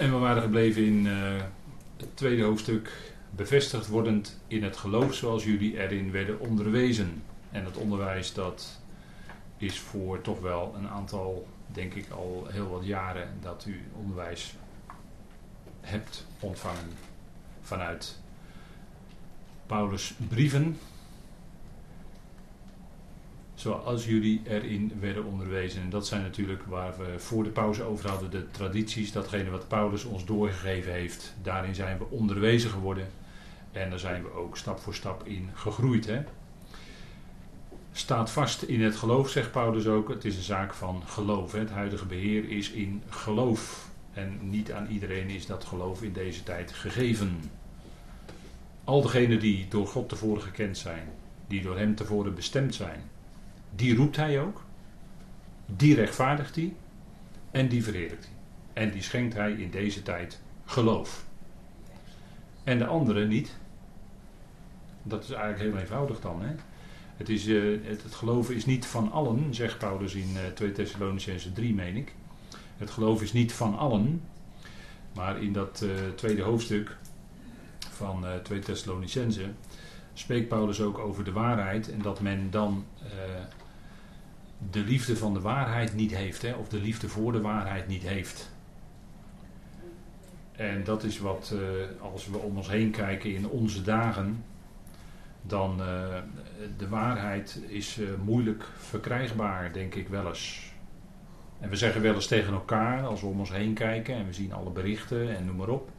En we waren gebleven in het tweede hoofdstuk, bevestigd wordend in het geloof zoals jullie erin werden onderwezen. En het onderwijs dat is voor toch wel een aantal, denk ik al heel wat jaren, dat u onderwijs hebt ontvangen vanuit Paulus' brieven. Zoals jullie erin werden onderwezen. En dat zijn natuurlijk waar we voor de pauze over hadden, de tradities, datgene wat Paulus ons doorgegeven heeft. Daarin zijn we onderwezen geworden. En daar zijn we ook stap voor stap in gegroeid. Hè? Staat vast in het geloof, zegt Paulus ook. Het is een zaak van geloof. Hè? Het huidige beheer is in geloof. En niet aan iedereen is dat geloof in deze tijd gegeven. Al degenen die door God tevoren gekend zijn, die door hem tevoren bestemd zijn, die roept hij ook, die rechtvaardigt hij en die verheerlijkt hij. En die schenkt hij in deze tijd geloof. En de anderen niet. Dat is eigenlijk heel eenvoudig dan. Hè? Het geloven is niet van allen, zegt Paulus in 2 Thessalonicenzen 3, meen ik. Het geloof is niet van allen, maar in dat tweede hoofdstuk van 2 Thessalonicenzen spreekt Paulus ook over de waarheid en dat men dan de liefde van de waarheid niet heeft, hè, of de liefde voor de waarheid niet heeft. En dat is wat, als we om ons heen kijken in onze dagen, dan de waarheid is moeilijk verkrijgbaar, denk ik wel eens. En we zeggen wel eens tegen elkaar, als we om ons heen kijken en we zien alle berichten en noem maar op,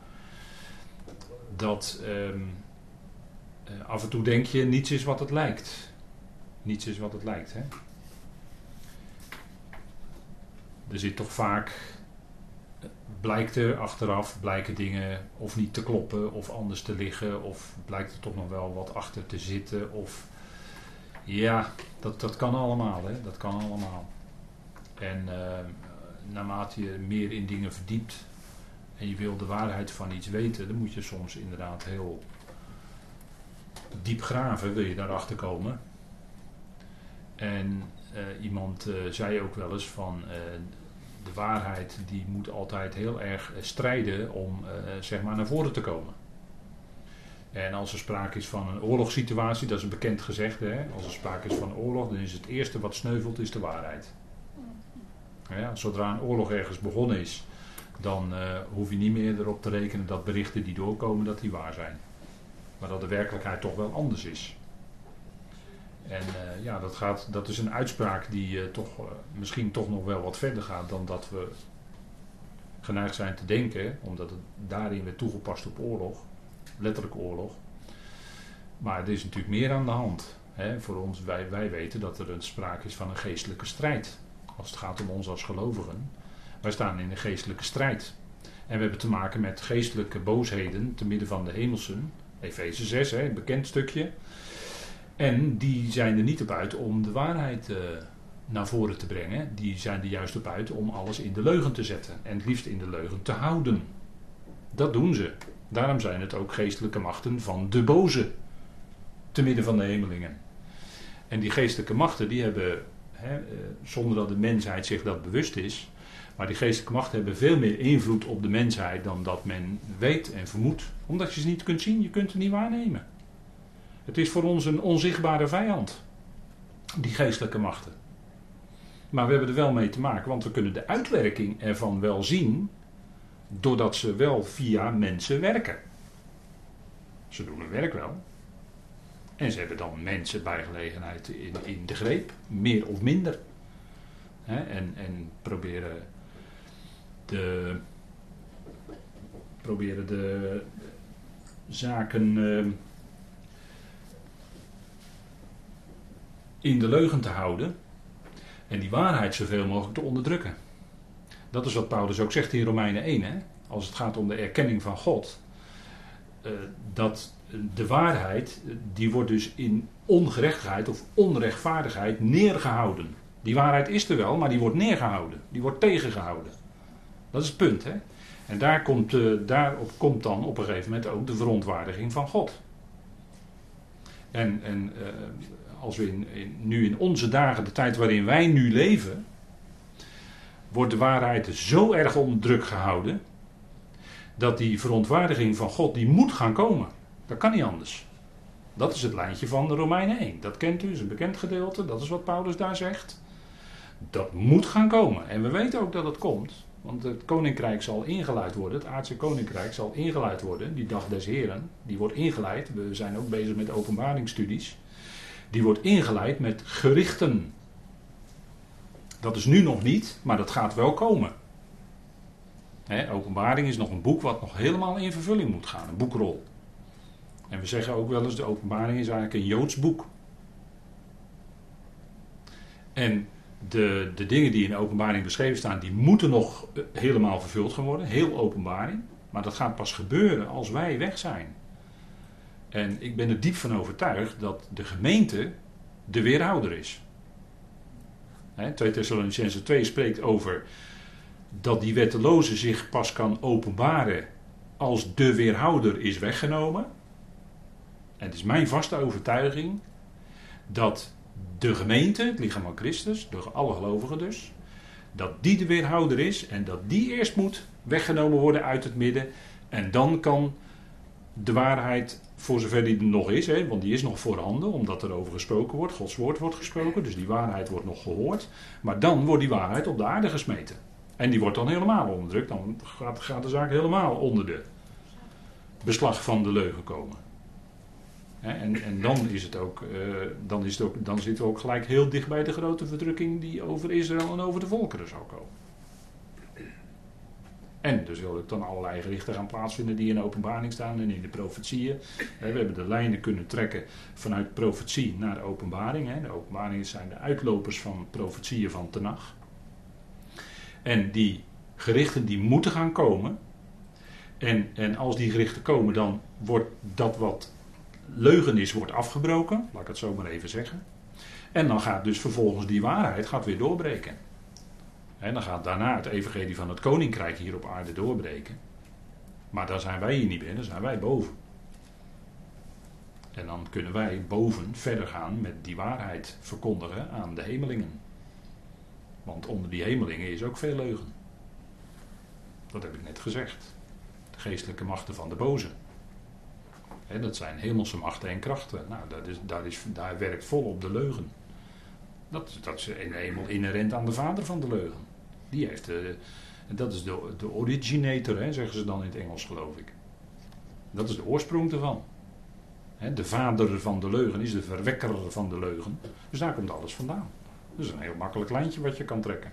dat af en toe denk je, niets is wat het lijkt. Niets is wat het lijkt, hè. Er zit toch vaak, blijken dingen of niet te kloppen of anders te liggen of blijkt er toch nog wel wat achter te zitten of ja, dat kan allemaal, hè, dat kan allemaal. En naarmate je meer in dingen verdiept en je wil de waarheid van iets weten, dan moet je soms inderdaad heel diep graven, wil je daarachter komen. En iemand zei ook wel eens van de waarheid die moet altijd heel erg strijden om zeg maar naar voren te komen. En als er sprake is van een oorlogssituatie, dat is een bekend gezegde, hè? Als er sprake is van oorlog, dan is het eerste wat sneuvelt is de waarheid. Ja, zodra een oorlog ergens begonnen is, dan hoef je niet meer erop te rekenen dat berichten die doorkomen, dat die waar zijn. Maar dat de werkelijkheid toch wel anders is. En ja, dat is een uitspraak die misschien toch nog wel wat verder gaat dan dat we geneigd zijn te denken, omdat het daarin werd toegepast op oorlog, letterlijk oorlog. Maar er is natuurlijk meer aan de hand. Hè? Voor ons, wij weten dat er een sprake is van een geestelijke strijd. Als het gaat om ons als gelovigen. Wij staan in een geestelijke strijd. En we hebben te maken met geestelijke boosheden te midden van de hemelsen. Efeze 6, hè, een bekend stukje. En die zijn er niet op uit om de waarheid naar voren te brengen. Die zijn er juist op uit om alles in de leugen te zetten. En het liefst in de leugen te houden. Dat doen ze. Daarom zijn het ook geestelijke machten van de boze. Te midden van de hemelingen. En die geestelijke machten die hebben, zonder dat de mensheid zich dat bewust is, maar die geestelijke machten hebben veel meer invloed op de mensheid dan dat men weet en vermoedt. Omdat je ze niet kunt zien, je kunt het niet waarnemen. Het is voor ons een onzichtbare vijand, die geestelijke machten. Maar we hebben er wel mee te maken, want we kunnen de uitwerking ervan wel zien, doordat ze wel via mensen werken. Ze doen hun werk wel. En ze hebben dan mensen bij gelegenheid in de greep, meer of minder. En proberen de zaken in de leugen te houden. En die waarheid zoveel mogelijk te onderdrukken. Dat is wat Paulus ook zegt in Romeinen 1. Hè? Als het gaat om de erkenning van God. Dat de waarheid, die wordt dus in ongerechtigheid of onrechtvaardigheid neergehouden. Die waarheid is er wel, maar die wordt neergehouden. Die wordt tegengehouden. Dat is het punt. Hè? En daarop komt dan op een gegeven moment ook de verontwaardiging van God. En als we nu in onze dagen, de tijd waarin wij nu leven, wordt de waarheid zo erg onder druk gehouden, dat die verontwaardiging van God, die moet gaan komen. Dat kan niet anders. Dat is het lijntje van de Romeinen 1. Dat kent u, dat is een bekend gedeelte. Dat is wat Paulus daar zegt. Dat moet gaan komen. En we weten ook dat het komt. Want het koninkrijk zal ingeleid worden. Het aardse koninkrijk zal ingeleid worden. Die dag des Heren. Die wordt ingeleid. We zijn ook bezig met openbaringsstudies. Die wordt ingeleid met gerichten. Dat is nu nog niet. Maar dat gaat wel komen. Openbaring is nog een boek wat nog helemaal in vervulling moet gaan. Een boekrol. En we zeggen ook wel eens, de openbaring is eigenlijk een Joods boek. En de dingen die in de openbaring beschreven staan, die moeten nog helemaal vervuld gaan worden. Heel openbaring. Maar dat gaat pas gebeuren als wij weg zijn. En ik ben er diep van overtuigd dat de gemeente de weerhouder is. 2 Thessalonicenzen 2 spreekt over dat die wetteloze zich pas kan openbaren als de weerhouder is weggenomen. En het is mijn vaste overtuiging dat de gemeente, het lichaam van Christus, alle gelovigen dus, dat die de weerhouder is en dat die eerst moet weggenomen worden uit het midden. En dan kan de waarheid, voor zover die er nog is, want die is nog voorhanden, omdat er over gesproken wordt, Gods woord wordt gesproken, dus die waarheid wordt nog gehoord. Maar dan wordt die waarheid op de aarde gesmeten. En die wordt dan helemaal onderdrukt, dan gaat de zaak helemaal onder de beslag van de leugen komen. En dan is het ook, dan zitten we ook gelijk heel dicht bij de grote verdrukking die over Israël en over de volkeren zal komen. En er zullen dan allerlei gerichten gaan plaatsvinden die in de openbaring staan en in de profetieën. We hebben de lijnen kunnen trekken vanuit profetie naar de openbaring. De openbaringen zijn de uitlopers van profetieën van Tenach. En die gerichten die moeten gaan komen. En als die gerichten komen, dan wordt dat wat leugen is, wordt afgebroken. Laat ik het zo maar even zeggen. En dan gaat dus vervolgens die waarheid weer doorbreken. En dan gaat daarna het evangelie van het koninkrijk hier op aarde doorbreken. Maar daar zijn wij hier niet binnen, daar zijn wij boven. En dan kunnen wij boven verder gaan met die waarheid verkondigen aan de hemelingen. Want onder die hemelingen is ook veel leugen. Dat heb ik net gezegd. De geestelijke machten van de boze. Dat zijn hemelse machten en krachten. Nou, daar werkt volop de leugen. Dat is in de hemel inherent aan de vader van de leugen. Die heeft, dat is de originator, zeggen ze dan in het Engels, geloof ik. Dat is de oorsprong ervan. De vader van de leugen is de verwekker van de leugen. Dus daar komt alles vandaan. Dat is een heel makkelijk lijntje wat je kan trekken.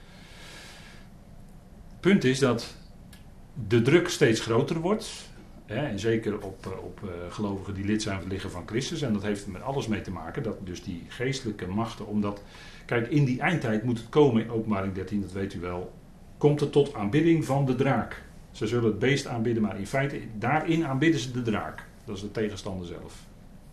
Het punt is dat de druk steeds groter wordt. En zeker op gelovigen die lid zijn van het lichaam van Christus. En dat heeft er met alles mee te maken. Dat dus die geestelijke machten. Omdat, kijk, in die eindtijd moet het komen. In Openbaring 13, dat weet u wel. Komt het tot aanbidding van de draak. Ze zullen het beest aanbidden. Maar in feite, daarin aanbidden ze de draak. Dat is de tegenstander zelf.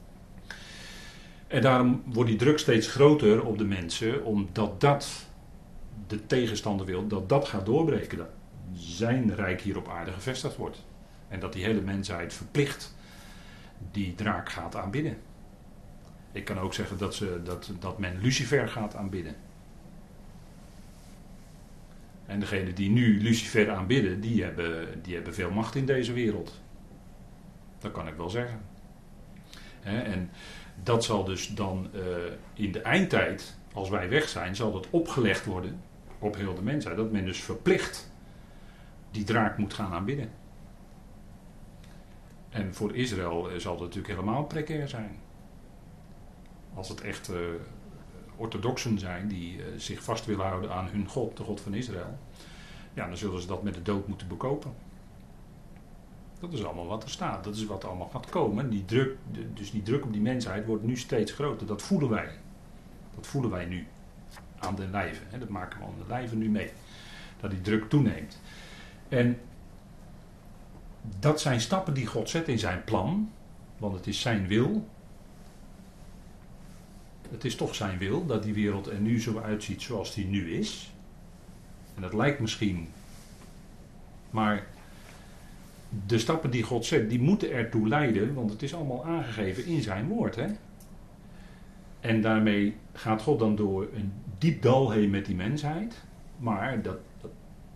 En daarom wordt die druk steeds groter op de mensen. Omdat dat de tegenstander wil. Dat gaat doorbreken. Dat zijn rijk hier op aarde gevestigd wordt. En dat die hele mensheid verplicht die draak gaat aanbidden. Ik kan ook zeggen dat men Lucifer gaat aanbidden. En degenen die nu Lucifer aanbidden, die hebben veel macht in deze wereld. Dat kan ik wel zeggen. En dat zal dus dan in de eindtijd, als wij weg zijn, zal dat opgelegd worden op heel de mensheid. Dat men dus verplicht die draak moet gaan aanbidden. En voor Israël zal het natuurlijk helemaal precair zijn. Als het echt orthodoxen zijn die zich vast willen houden aan hun God, de God van Israël. Ja, dan zullen ze dat met de dood moeten bekopen. Dat is allemaal wat er staat. Dat is wat er allemaal gaat komen. Die druk, dus die druk op die mensheid wordt nu steeds groter. Dat voelen wij. Dat voelen wij nu. Aan de lijve. Dat maken we aan de lijve nu mee. Dat die druk toeneemt. En dat zijn stappen die God zet in zijn plan. Want het is zijn wil. Het is toch zijn wil dat die wereld er nu zo uitziet zoals die nu is. En dat lijkt misschien. Maar de stappen die God zet, die moeten ertoe leiden. Want het is allemaal aangegeven in zijn woord. Hè? En daarmee gaat God dan door een diep dal heen met die mensheid. Maar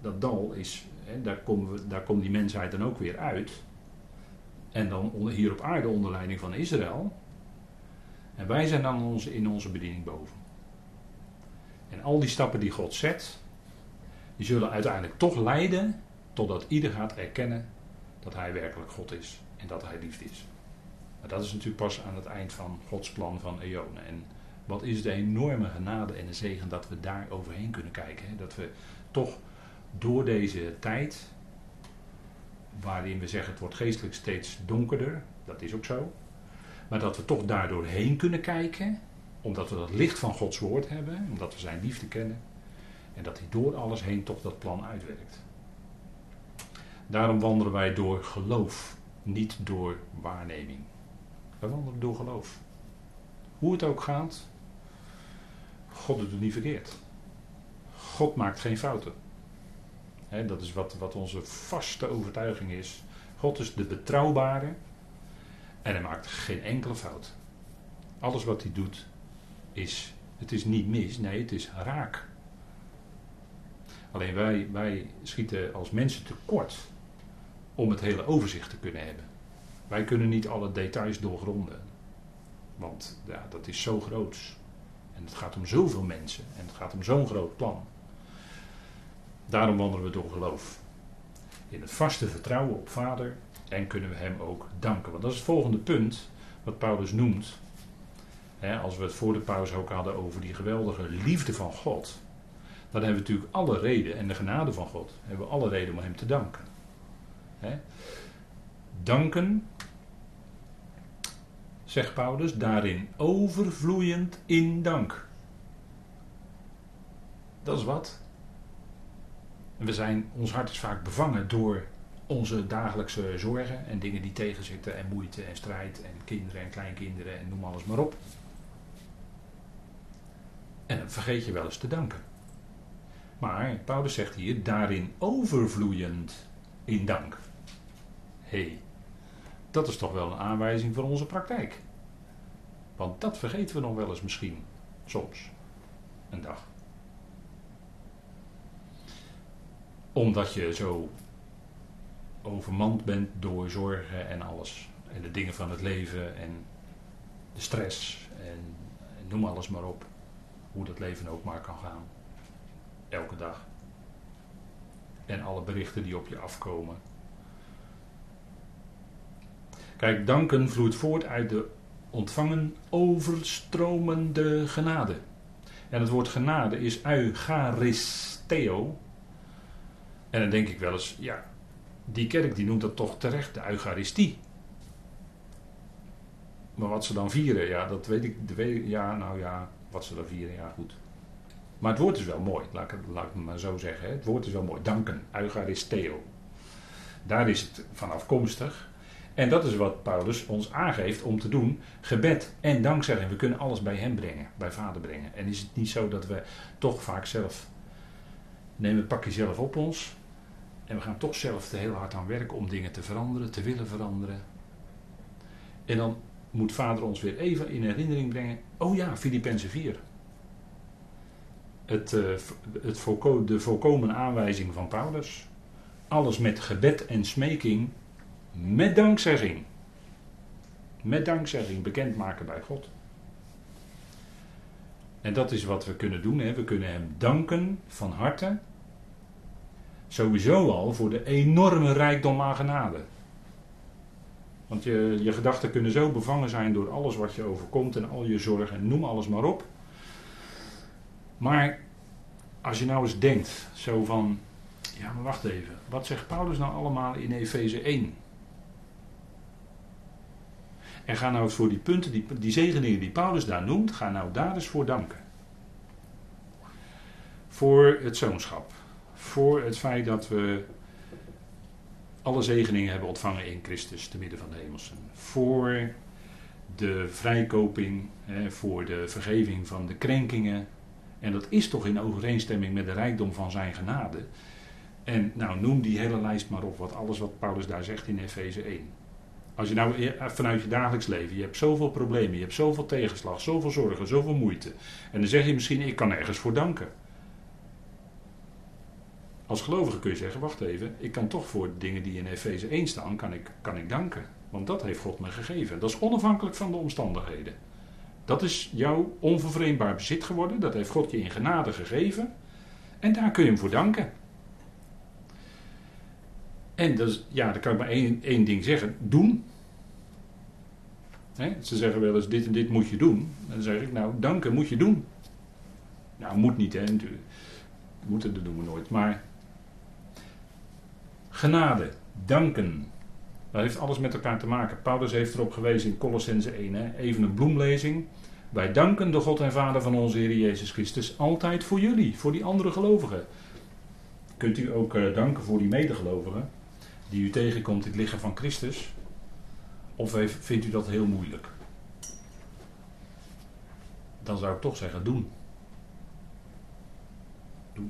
dat dal is, daar komt die mensheid dan ook weer uit. En dan hier op aarde onder leiding van Israël. En wij zijn dan in onze bediening boven. En al die stappen die God zet, die zullen uiteindelijk toch leiden totdat ieder gaat erkennen dat hij werkelijk God is en dat hij liefde is. Maar dat is natuurlijk pas aan het eind van Gods plan van eonen. En wat is de enorme genade en de zegen dat we daar overheen kunnen kijken. Hè? Dat we toch door deze tijd, waarin we zeggen het wordt geestelijk steeds donkerder, dat is ook zo. Maar dat we toch daardoor heen kunnen kijken, omdat we dat licht van Gods woord hebben, omdat we zijn liefde kennen. En dat hij door alles heen toch dat plan uitwerkt. Daarom wandelen wij door geloof, niet door waarneming. Wij wandelen door geloof. Hoe het ook gaat, God doet het niet verkeerd. God maakt geen fouten. Dat is wat onze vaste overtuiging is. God is de betrouwbare en hij maakt geen enkele fout. Alles wat hij doet het is niet mis, nee, het is raak. Alleen wij schieten als mensen tekort om het hele overzicht te kunnen hebben. Wij kunnen niet alle details doorgronden. Want ja, dat is zo groots. En het gaat om zoveel mensen. En het gaat om zo'n groot plan. Daarom wandelen we door geloof. In het vaste vertrouwen op Vader. En kunnen we hem ook danken. Want dat is het volgende punt wat Paulus noemt. Als we het voor de pauze ook hadden over die geweldige liefde van God. Dan hebben we natuurlijk alle reden. En de genade van God. Hebben we alle reden om hem te danken. Danken, zegt Paulus, daarin overvloeiend in dank. Dat is wat. En ons hart is vaak bevangen door onze dagelijkse zorgen en dingen die tegenzitten en moeite en strijd en kinderen en kleinkinderen en noem alles maar op. En dan vergeet je wel eens te danken. Maar Paulus zegt hier, daarin overvloeiend in dank. Dat is toch wel een aanwijzing voor onze praktijk. Want dat vergeten we nog wel eens misschien. Soms. Een dag. Omdat je zo overmand bent door zorgen en alles. En de dingen van het leven en de stress en noem alles maar op. Hoe dat leven ook maar kan gaan. Elke dag. En alle berichten die op je afkomen. Kijk, danken vloeit voort uit de ontvangen overstromende genade. En het woord genade is eucharisteo. En dan denk ik wel eens, ja, die kerk die noemt dat toch terecht, de Eucharistie. Maar wat ze dan vieren, ja, dat weet ik, wat ze dan vieren, ja goed. Maar het woord is wel mooi, laat ik het maar zo zeggen. Hè. Het woord is wel mooi, danken, Eucharisteo. Daar is het van afkomstig. En dat is wat Paulus ons aangeeft om te doen. Gebed en dankzegging. We kunnen alles bij hem brengen. Bij Vader brengen. En is het niet zo dat we toch vaak zelf nemen het pakje zelf op ons. En we gaan toch zelf er heel hard aan werken om dingen te veranderen. Te willen veranderen. En dan moet Vader ons weer even in herinnering brengen. Oh ja, Filippenzen 4. De volkomen aanwijzing van Paulus. Alles met gebed en smeking. Met dankzegging. Met dankzegging bekendmaken bij God. En dat is wat we kunnen doen. Hè. We kunnen hem danken van harte. Sowieso al voor de enorme rijkdom aan genade. Want je gedachten kunnen zo bevangen zijn door alles wat je overkomt en al je zorgen en noem alles maar op. Maar als je nou eens denkt, zo van, ja maar wacht even, wat zegt Paulus nou allemaal in Efeze 1? En ga nou eens voor die punten, die zegeningen die Paulus daar noemt, ga nou daar eens voor danken. Voor het zoonschap. Voor het feit dat we alle zegeningen hebben ontvangen in Christus, te midden van de hemelsen. Voor de vrijkoping, voor de vergeving van de krenkingen. En dat is toch in overeenstemming met de rijkdom van zijn genade. En nou noem die hele lijst maar op, alles wat Paulus daar zegt in Efeze 1. Als je nou vanuit je dagelijks leven, je hebt zoveel problemen, je hebt zoveel tegenslag, zoveel zorgen, zoveel moeite. En dan zeg je misschien, ik kan ergens voor danken. als gelovige kun je zeggen, wacht even, ik kan toch voor de dingen die in Efeze 1 staan, kan ik danken. Want dat heeft God me gegeven. Dat is onafhankelijk van de omstandigheden. Dat is jouw onvervreemdbaar bezit geworden. Dat heeft God je in genade gegeven. En daar kun je hem voor danken. En dus, ja, dan kan ik maar één ding zeggen. Doen. Ze zeggen wel eens dit en dit moet je doen. En dan zeg ik nou, danken moet je doen. Nou, moet niet hè, natuurlijk. Moeten, dat doen we nooit. Maar genade, danken. Dat heeft alles met elkaar te maken. Paulus heeft erop gewezen in Colossense 1. Hè? Even een bloemlezing. Wij danken de God en Vader van onze Heer Jezus Christus altijd voor jullie, voor die andere gelovigen. Kunt u ook danken voor die medegelovigen die u tegenkomt in het lichaam van Christus? Of vindt u dat heel moeilijk? Dan zou ik toch zeggen, doen. Doen.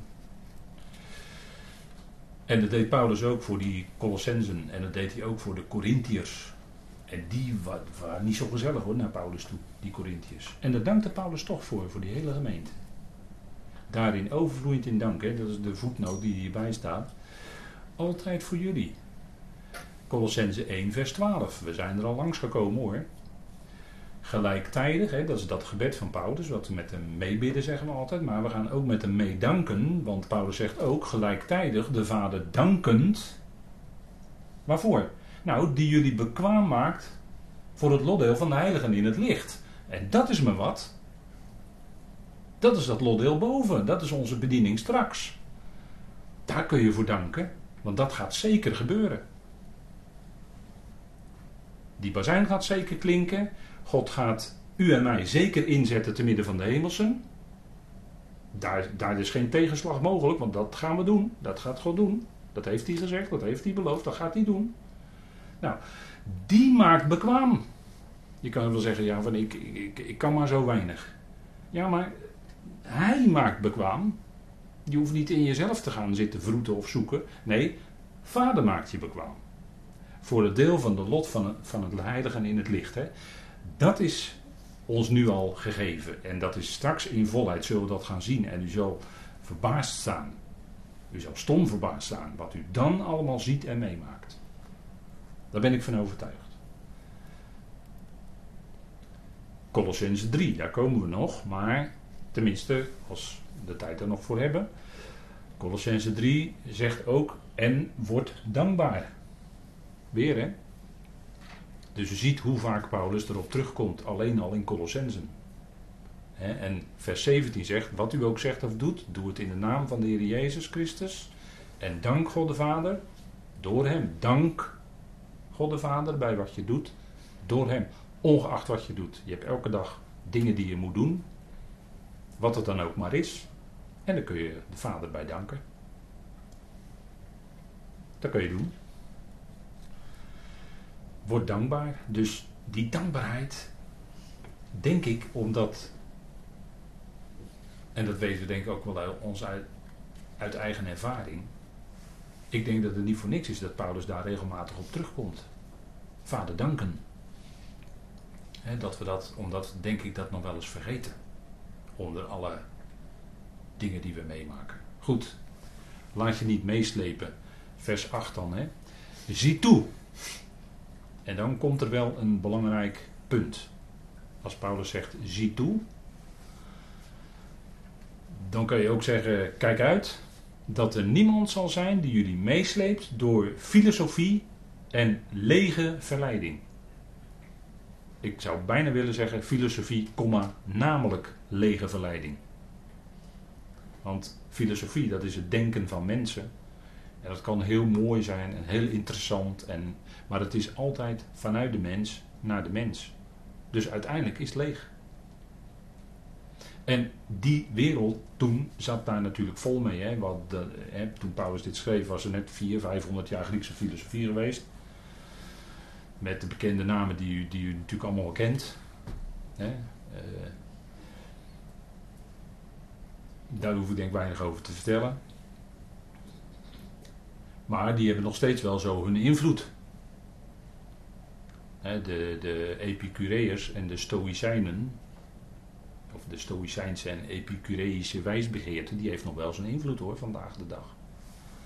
En dat deed Paulus ook voor die Colossensen. En dat deed hij ook voor de Corinthiërs. En die waren niet zo gezellig hoor, naar Paulus toe, die Corinthiërs. En daar dankte Paulus toch voor die hele gemeente. Daarin overvloeiend in dank, hè, dat is de voetnoot die hierbij staat. Altijd voor jullie. Colossense 1 vers 12, we zijn er al langs gekomen hoor. Gelijktijdig, hè, dat is dat gebed van Paulus, wat we met hem meebidden zeggen we altijd. Maar we gaan ook met hem meedanken, want Paulus zegt ook gelijktijdig de Vader dankend. Waarvoor? Nou, die jullie bekwaam maakt voor het lotdeel van de heiligen in het licht. En dat is me wat. Dat is dat lotdeel boven. Dat is onze bediening straks. Daar kun je voor danken, want dat gaat zeker gebeuren. Die bazuin gaat zeker klinken. God gaat u en mij zeker inzetten te midden van de hemelsen. Daar is geen tegenslag mogelijk, want dat gaan we doen. Dat gaat God doen. Dat heeft hij gezegd, dat heeft hij beloofd, dat gaat hij doen. Nou, die maakt bekwaam. Je kan wel zeggen, ja, van ik kan maar zo weinig. Ja, maar hij maakt bekwaam. Je hoeft niet in jezelf te gaan zitten vroeten of zoeken. Nee, Vader maakt je bekwaam. Voor het deel van de lot van het heiligen in het licht. Hè. Dat is ons nu al gegeven. En dat is straks in volheid, zullen we dat gaan zien. En u zal verbaasd staan. U zal stom verbaasd staan. Wat u dan allemaal ziet en meemaakt. Daar ben ik van overtuigd. Colossense 3, daar komen we nog. Maar tenminste, als we de tijd er nog voor hebben. Colossense 3 zegt ook, en wordt dankbaar. Weer hè. Dus u ziet hoe vaak Paulus erop terugkomt. Alleen al in Colossensen. En vers 17 zegt, wat u ook zegt of doet, doe het in de naam van de Heer Jezus Christus. En dank God de Vader door hem. Dank God de Vader bij wat je doet door hem. Ongeacht wat je doet. Je hebt elke dag dingen die je moet doen. Wat het dan ook maar is. En dan kun je de Vader bij danken. Dat kun je doen. Word dankbaar. Dus die dankbaarheid, denk ik, omdat, en dat weten we denk ik ook wel uit eigen ervaring. Ik denk dat het niet voor niks is dat Paulus daar regelmatig op terugkomt. Vader danken. Dat we dat, omdat denk ik dat nog wel eens vergeten. Onder alle dingen die we meemaken. Goed, laat je niet meeslepen. Vers 8 dan. Zie toe. En dan komt er wel een belangrijk punt. Als Paulus zegt, zie toe. Dan kun je ook zeggen, kijk uit. Dat er niemand zal zijn die jullie meesleept door filosofie en lege verleiding. Ik zou bijna willen zeggen filosofie, namelijk lege verleiding. Want filosofie, dat is het denken van mensen. En dat kan heel mooi zijn en heel interessant. Maar het is altijd vanuit de mens naar de mens. Dus uiteindelijk is het leeg. En die wereld toen zat daar natuurlijk vol mee. Toen Paulus dit schreef was er net 400-500 jaar Griekse filosofie geweest. Met de bekende namen die u natuurlijk allemaal wel kent. Daar hoef ik denk ik weinig over te vertellen. Maar die hebben nog steeds wel zo hun invloed. De Epicureërs en de Stoïcijnen, of de Stoïcijnse en Epicureïsche wijsbegeerte, die heeft nog wel zijn invloed hoor, vandaag de dag.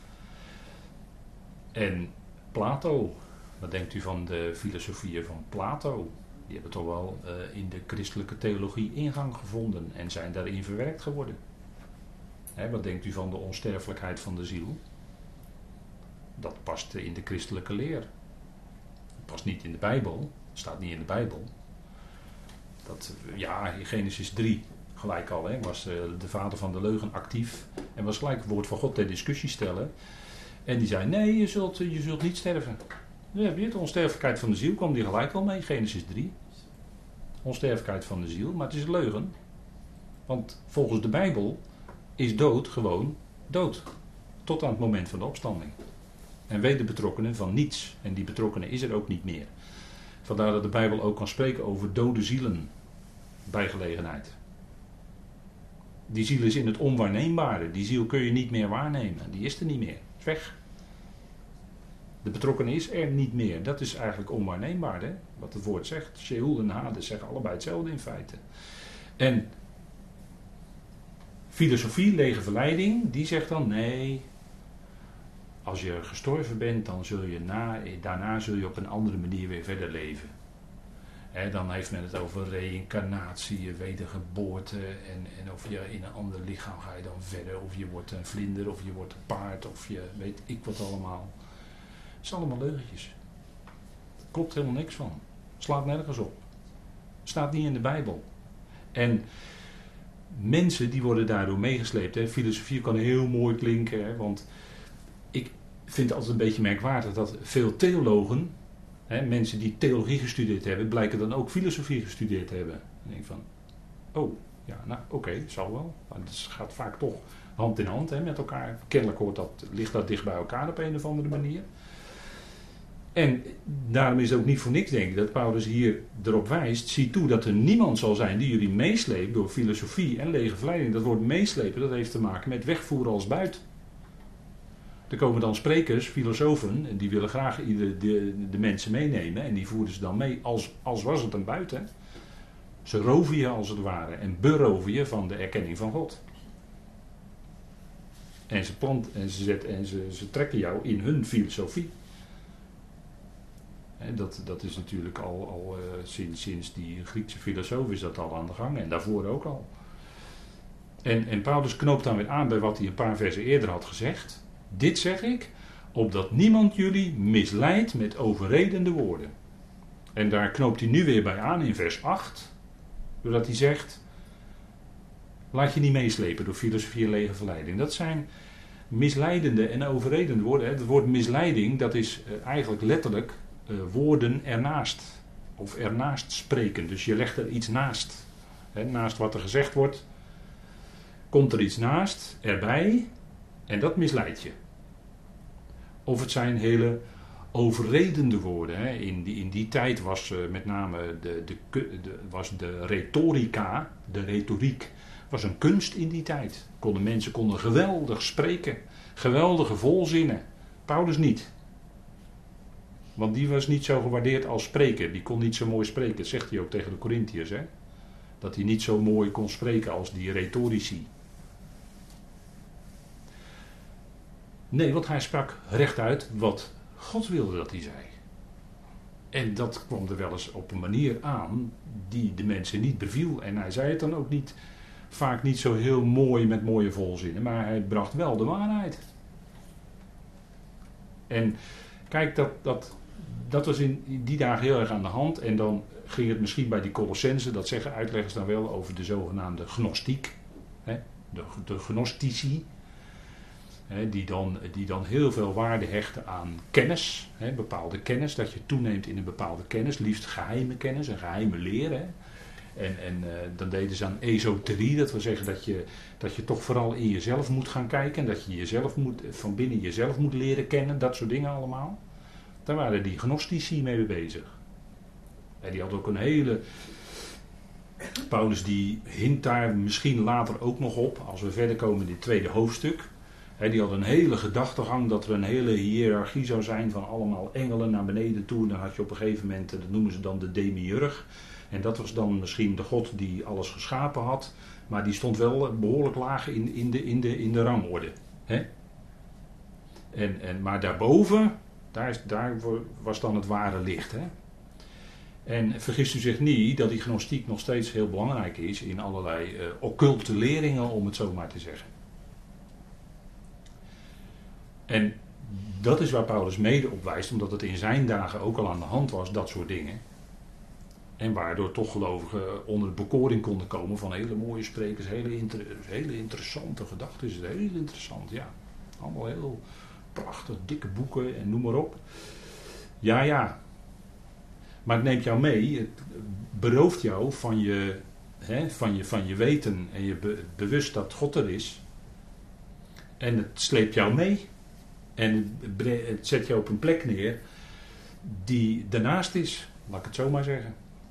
En Plato, wat denkt u van de filosofieën van Plato? Die hebben toch wel in de christelijke theologie ingang gevonden en zijn daarin verwerkt geworden. Wat denkt u van de onsterfelijkheid van de ziel? Dat past in de christelijke leer. Dat past niet in de Bijbel, staat niet in de Bijbel. In Genesis 3 gelijk al, was de vader van de leugen actief en was gelijk het woord van God ter discussie stellen. En die zei, nee, je zult niet sterven. Ja, weet je, de onsterfelijkheid van de ziel kwam die gelijk al mee, Genesis 3. Onsterfelijkheid van de ziel, maar het is een leugen. Want volgens de Bijbel is dood gewoon dood. Tot aan het moment van de opstanding. En weet de betrokkenen van niets. En die betrokkenen is er ook niet meer. Vandaar dat de Bijbel ook kan spreken over dode zielen. Bij gelegenheid. Die ziel is in het onwaarneembare. Die ziel kun je niet meer waarnemen. Die is er niet meer. Is weg. De betrokkenen is er niet meer. Dat is eigenlijk onwaarneembaar. Hè? Wat het woord zegt. Sheol en Hades zeggen allebei hetzelfde in feite. En filosofie, lege verleiding, die zegt dan nee. Als je gestorven bent, dan zul je daarna zul je op een andere manier weer verder leven. Dan heeft men het over reïncarnatie, wedergeboorte en of je in een ander lichaam ga je dan verder. Of je wordt een vlinder, of je wordt een paard, of je weet ik wat allemaal. Het zijn allemaal leugentjes. Er klopt helemaal niks van. Slaat nergens op. Staat niet in de Bijbel. En mensen die worden daardoor meegesleept. Hè. Filosofie kan heel mooi klinken, hè, want ik vind het altijd een beetje merkwaardig dat veel theologen, hè, mensen die theologie gestudeerd hebben, blijken dan ook filosofie gestudeerd te hebben. En ik denk van, oké, zal wel. Maar het gaat vaak toch hand in hand, hè, met elkaar. Kennelijk ligt dat dicht bij elkaar op een of andere manier. En daarom is het ook niet voor niks, denk ik, dat Paulus hier erop wijst. Zie toe dat er niemand zal zijn die jullie meesleept door filosofie en lege verleiding. Dat woord meeslepen, dat heeft te maken met wegvoeren als buit. Er komen dan sprekers, filosofen, en die willen graag de mensen meenemen. En die voeren ze dan mee als was het een buit. Hè. Ze roven je als het ware en beroven je van de erkenning van God. En ze trekken jou in hun filosofie. Dat is natuurlijk al sinds die Griekse filosoof is dat al aan de gang. En daarvoor ook al. En Paulus knoopt dan weer aan bij wat hij een paar versen eerder had gezegd. Dit zeg ik, opdat niemand jullie misleidt met overredende woorden. En daar knoopt hij nu weer bij aan in vers 8. Doordat hij zegt, laat je niet meeslepen door filosofie en lege verleiding. Dat zijn misleidende en overredende woorden. Het woord misleiding, dat is eigenlijk letterlijk woorden ernaast. Of ernaast spreken. Dus je legt er iets naast. Naast wat er gezegd wordt, komt er iets naast, erbij. En dat misleidt je. Of het zijn hele overredende woorden. In die tijd was met name de retorica, de retoriek, was een kunst in die tijd. Mensen konden geweldig spreken. Geweldige volzinnen. Paulus niet. Want die was niet zo gewaardeerd als spreker. Die kon niet zo mooi spreken. Dat zegt hij ook tegen de Korintiërs. Dat hij niet zo mooi kon spreken als die retorici. Nee, want hij sprak rechtuit wat God wilde dat hij zei. En dat kwam er wel eens op een manier aan die de mensen niet beviel. En hij zei het dan ook niet, vaak niet zo heel mooi met mooie volzinnen. Maar hij bracht wel de waarheid. En kijk, dat was in die dagen heel erg aan de hand. En dan ging het misschien bij die Colossenzen, dat zeggen uitleggers dan wel, over de zogenaamde gnostiek. De gnostici. Die dan heel veel waarde hechten aan kennis. Bepaalde kennis, dat je toeneemt in een bepaalde kennis. Liefst geheime kennis, een geheime leer. En dan deden ze aan esoterie. Dat wil zeggen dat je toch vooral in jezelf moet gaan kijken. En dat je jezelf van binnen jezelf moet leren kennen. Dat soort dingen allemaal. Daar waren die gnostici mee bezig. En die had ook een hele... Paulus die hint daar misschien later ook nog op. Als we verder komen in dit tweede hoofdstuk. Die had een hele gedachtegang dat er een hele hiërarchie zou zijn van allemaal engelen naar beneden toe. Dan had je op een gegeven moment, dat noemen ze dan de demiurg. En dat was dan misschien de God die alles geschapen had. Maar die stond wel behoorlijk laag in de rangorde. Maar daarboven Daar was dan het ware licht. Hè? En vergist u zich niet dat die gnostiek nog steeds heel belangrijk is in allerlei occulte leringen, om het zo maar te zeggen. En dat is waar Paulus mede op wijst, omdat het in zijn dagen ook al aan de hand was, dat soort dingen. En waardoor toch gelovigen onder de bekoring konden komen van hele mooie sprekers, hele interessante gedachten. Is het heel interessant, ja. Allemaal heel prachtig, dikke boeken en noem maar op. Ja. Maar het neemt jou mee, het berooft jou van je weten en je bewust dat God er is. En het sleept jou mee. En het zet je op een plek neer die daarnaast is, laat ik het zo maar zeggen.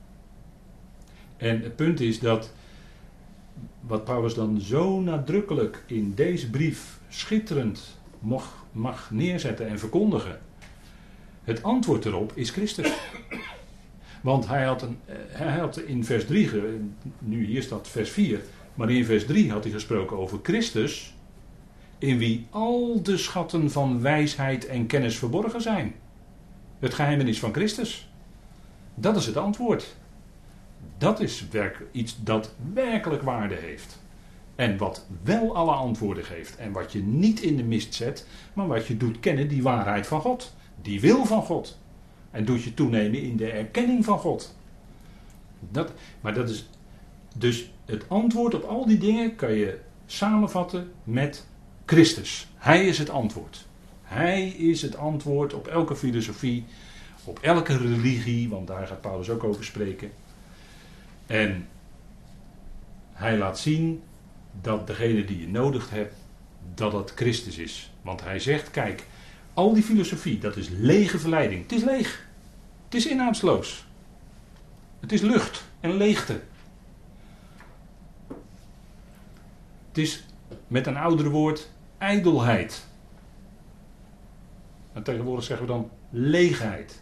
En het punt is dat wat Paulus dan zo nadrukkelijk in deze brief schitterend mag neerzetten en verkondigen. Het antwoord erop is Christus. Want hij had in vers 3, nu hier staat vers 4, maar in vers 3 had hij gesproken over Christus, in wie al de schatten van wijsheid en kennis verborgen zijn. Het geheimenis van Christus. Dat is het antwoord. Dat is iets dat werkelijk waarde heeft. En wat wel alle antwoorden geeft. En wat je niet in de mist zet, maar wat je doet kennen, die waarheid van God. Die wil van God. En doet je toenemen in de erkenning van God. Maar dat is dus het antwoord op al die dingen kan je samenvatten met Christus. Hij is het antwoord. Hij is het antwoord op elke filosofie, op elke religie, want daar gaat Paulus ook over spreken. En hij laat zien dat degene die je nodig hebt, dat het Christus is. Want hij zegt, kijk, al die filosofie, dat is lege verleiding. Het is leeg. Het is inhoudsloos. Het is lucht en leegte. Het is, met een oudere woord, ijdelheid. En tegenwoordig zeggen we dan leegheid.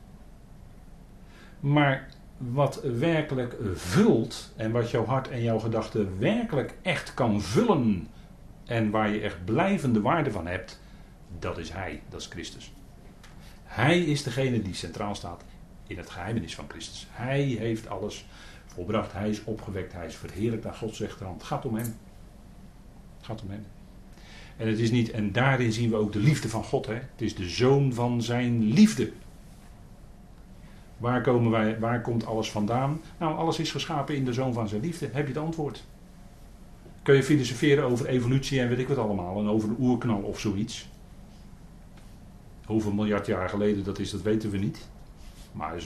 Maar wat werkelijk vult en wat jouw hart en jouw gedachten werkelijk echt kan vullen en waar je echt blijvende waarde van hebt, dat is Hij, dat is Christus. Hij is degene die centraal staat in het geheimenis van Christus. Hij heeft alles volbracht, Hij is opgewekt, Hij is verheerlijkt aan Gods rechterhand. Het gaat om Hem. Het gaat om Hem. En het is niet, en daarin zien we ook de liefde van God. Hè? Het is de zoon van zijn liefde. Waar komt alles vandaan? Nou, alles is geschapen in de zoon van zijn liefde. Heb je het antwoord? Kun je filosoferen over evolutie en weet ik wat allemaal. En over een oerknal of zoiets. Hoeveel miljard jaar geleden dat is, dat weten we niet. Maar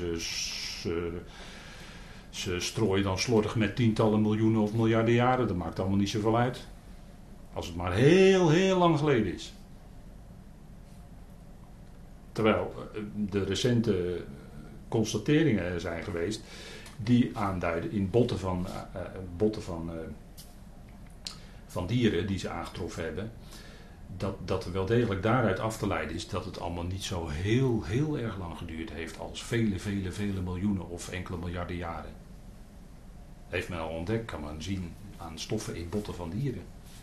ze strooien dan slordig met tientallen miljoenen of miljarden jaren. Dat maakt allemaal niet zoveel uit. Als het maar heel, heel lang geleden is. Terwijl de recente constateringen er zijn geweest die aanduiden in botten van dieren die ze aangetroffen hebben, dat er wel degelijk daaruit af te leiden is dat het allemaal niet zo heel, heel erg lang geduurd heeft als vele, vele, vele miljoenen of enkele miljarden jaren. Heeft men al ontdekt, kan men zien aan stoffen in botten van dieren.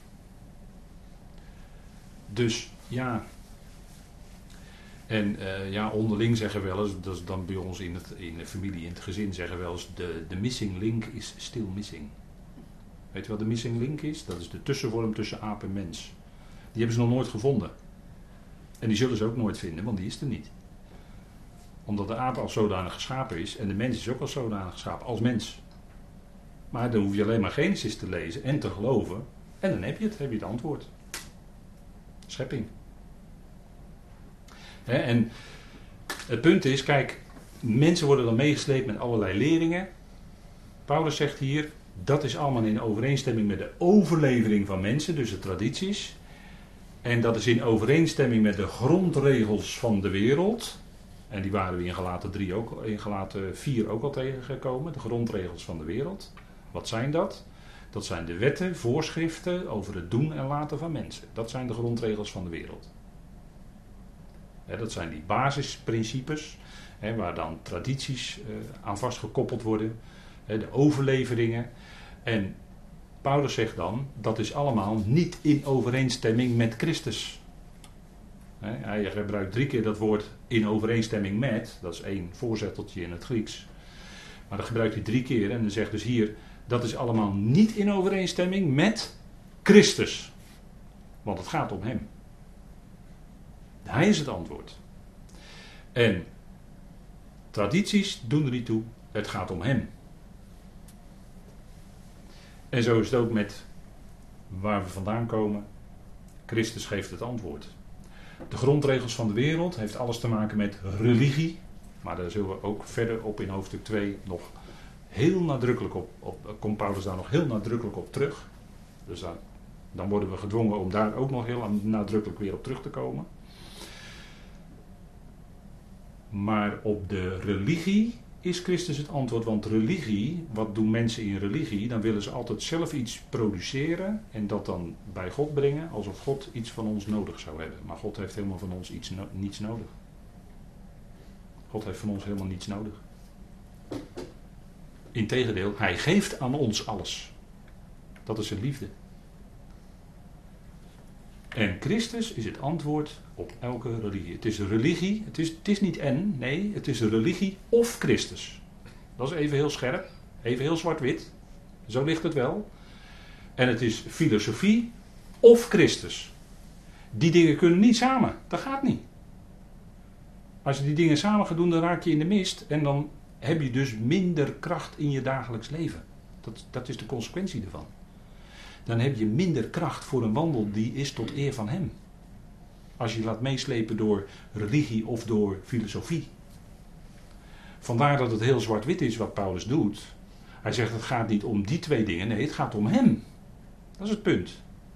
Dus ja. En onderling zeggen we wel eens, dat is dan bij ons in de familie, in het gezin, zeggen we wel eens, de missing link is still missing. Weet je wat de missing link is? Dat is de tussenvorm tussen aap en mens. Die hebben ze nog nooit gevonden. En die zullen ze ook nooit vinden, want die is er niet. Omdat de aap als zodanig geschapen is en de mens is ook als zodanig geschapen, als mens. Maar dan hoef je alleen maar Genesis te lezen en te geloven en dan heb je het antwoord. Schepping. En het punt is, kijk, mensen worden dan meegesleept met allerlei leringen. Paulus zegt hier, dat is allemaal in overeenstemming met de overlevering van mensen, dus de tradities. En dat is in overeenstemming met de grondregels van de wereld. En die waren we in Galaten 4 ook al tegengekomen, de grondregels van de wereld. Wat zijn dat? Dat zijn de wetten, voorschriften over het doen en laten van mensen. Dat zijn de grondregels van de wereld. Dat zijn die basisprincipes, waar dan tradities aan vastgekoppeld worden, de overleveringen. En Paulus zegt dan, dat is allemaal niet in overeenstemming met Christus. Hij gebruikt 3 keer dat woord in overeenstemming met. Dat is 1 voorzetteltje in het Grieks. Maar dat gebruikt hij 3 keer. En dan zegt dus hier, dat is allemaal niet in overeenstemming met Christus. Want het gaat om hem. Hij is het antwoord. En tradities doen er niet toe. Het gaat om hem. En zo is het ook met waar we vandaan komen. Christus geeft het antwoord. De grondregels van de wereld heeft alles te maken met religie. Maar daar zullen we ook verder op in hoofdstuk 2 nog heel nadrukkelijk komt Paulus daar nog heel nadrukkelijk op terug. Dus dan worden we gedwongen om daar ook nog heel nadrukkelijk weer op terug te komen. Maar op de religie is Christus het antwoord. Want religie, wat doen mensen in religie? Dan willen ze altijd zelf iets produceren en dat dan bij God brengen, alsof God iets van ons nodig zou hebben. Maar God heeft helemaal van ons niets nodig. God heeft van ons helemaal niets nodig. Integendeel, hij geeft aan ons alles. Dat is zijn liefde. En Christus is het antwoord op elke religie. Het is een religie, het is niet en, nee, het is een religie of Christus. Dat is even heel scherp, even heel zwart-wit. Zo ligt het wel. En het is filosofie of Christus. Die dingen kunnen niet samen, dat gaat niet. Als je die dingen samen gaat doen, dan raak je in de mist en dan heb je dus minder kracht in je dagelijks leven. Dat is de consequentie ervan. Dan heb je minder kracht voor een wandel die is tot eer van hem. Als je laat meeslepen door religie of door filosofie. Vandaar dat het heel zwart-wit is wat Paulus doet. Hij zegt het gaat niet om die 2 dingen, nee het gaat om hem. Dat is het punt.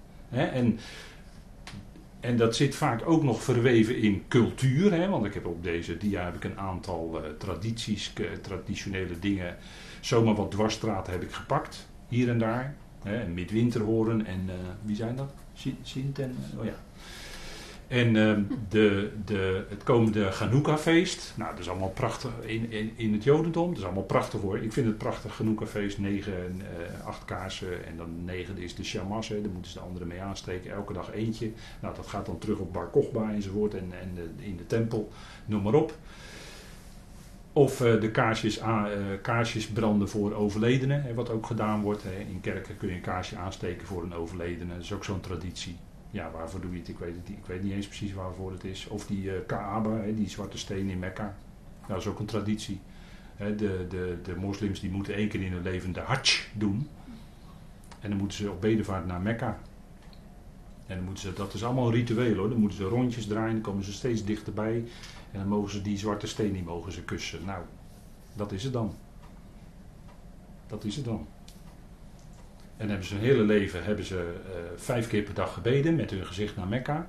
En dat zit vaak ook nog verweven in cultuur. Want ik heb op deze dia heb ik een aantal traditionele dingen, zomaar wat dwarsstraten heb ik gepakt. Hier en daar. Midwinterhoren en wie zijn dat? Sint en oh ja. En het komende Chanukka-feest. Nou, dat is allemaal prachtig in het Jodendom. Dat is allemaal prachtig hoor. Ik vind het prachtig, Chanukka-feest. 8 kaarsen. En dan 9e is de Shamas. Daar moeten ze de anderen mee aansteken. Elke dag eentje. Nou, dat gaat dan terug op Bar Kochba enzovoort. En in de tempel. Noem maar op. Of de kaarsjes branden voor overledenen. Wat ook gedaan wordt. In kerken kun je een kaarsje aansteken voor een overledene. Dat is ook zo'n traditie. Ja, waarvoor doe je het? Ik weet niet eens precies waarvoor het is. Of die Kaaba, die zwarte steen in Mekka. Nou, dat is ook een traditie. De moslims die moeten 1 keer in hun leven de Hajj doen. En dan moeten ze op bedevaart naar Mekka. En dan moeten ze, dat is allemaal een ritueel hoor. Dan moeten ze rondjes draaien, dan komen ze steeds dichterbij. En dan mogen ze die zwarte steen niet mogen ze kussen. Nou, dat is het dan. Dat is het dan. En hebben ze hun hele leven 5 keer per dag gebeden met hun gezicht naar Mekka.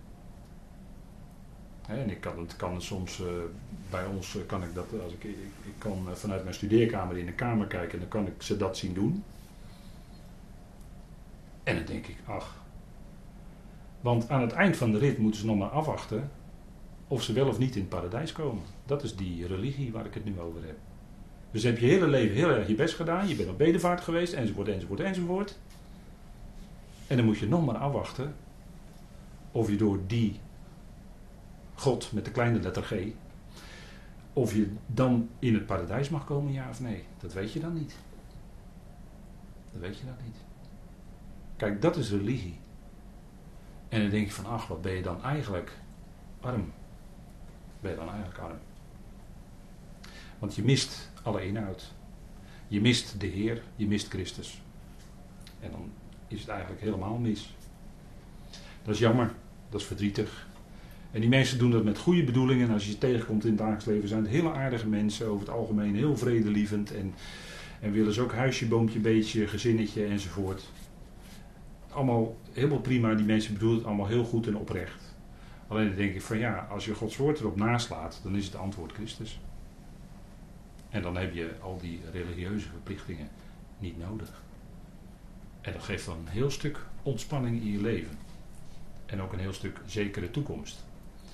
En ik kan het soms, bij ons kan ik dat, als ik kan vanuit mijn studeerkamer in de kamer kijken, dan kan ik ze dat zien doen. En dan denk ik, ach. Want aan het eind van de rit moeten ze nog maar afwachten of ze wel of niet in het paradijs komen. Dat is die religie waar ik het nu over heb. Dus heb je hele leven heel erg je best gedaan. Je bent op bedevaart geweest, enzovoort, enzovoort, enzovoort. En dan moet je nog maar afwachten of je door die God met de kleine letter G, of je dan in het paradijs mag komen, ja of nee. Dat weet je dan niet. Dat weet je dan niet. Kijk, dat is religie. En dan denk je van, ach, wat ben je dan eigenlijk arm. Ben je dan eigenlijk arm. Want je mist alle inhoud. Je mist de Heer, je mist Christus. En dan is het eigenlijk helemaal mis. Dat is jammer, dat is verdrietig. En die mensen doen dat met goede bedoelingen. En als je ze tegenkomt in het dagelijks leven, zijn het hele aardige mensen. Over het algemeen heel vredelievend. En willen ze ook huisje, boompje, beetje, gezinnetje enzovoort. Allemaal helemaal prima. Die mensen bedoelen het allemaal heel goed en oprecht. Alleen dan denk ik van ja, als je Gods woord erop naslaat, dan is het antwoord Christus. En dan heb je al die religieuze verplichtingen niet nodig. En dat geeft dan een heel stuk ontspanning in je leven. En ook een heel stuk zekere toekomst.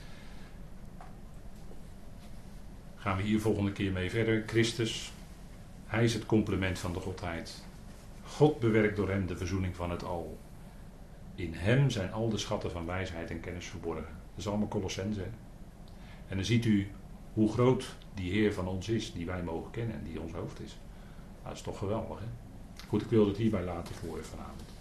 Gaan we hier volgende keer mee verder. Christus, hij is het complement van de Godheid. God bewerkt door hem de verzoening van het al. In hem zijn al de schatten van wijsheid en kennis verborgen. Dat is allemaal Colossense. En dan ziet u hoe groot die Heer van ons is, die wij mogen kennen en die ons hoofd is. Nou, dat is toch geweldig, hè? Goed, ik wilde het hierbij laten voor vanavond.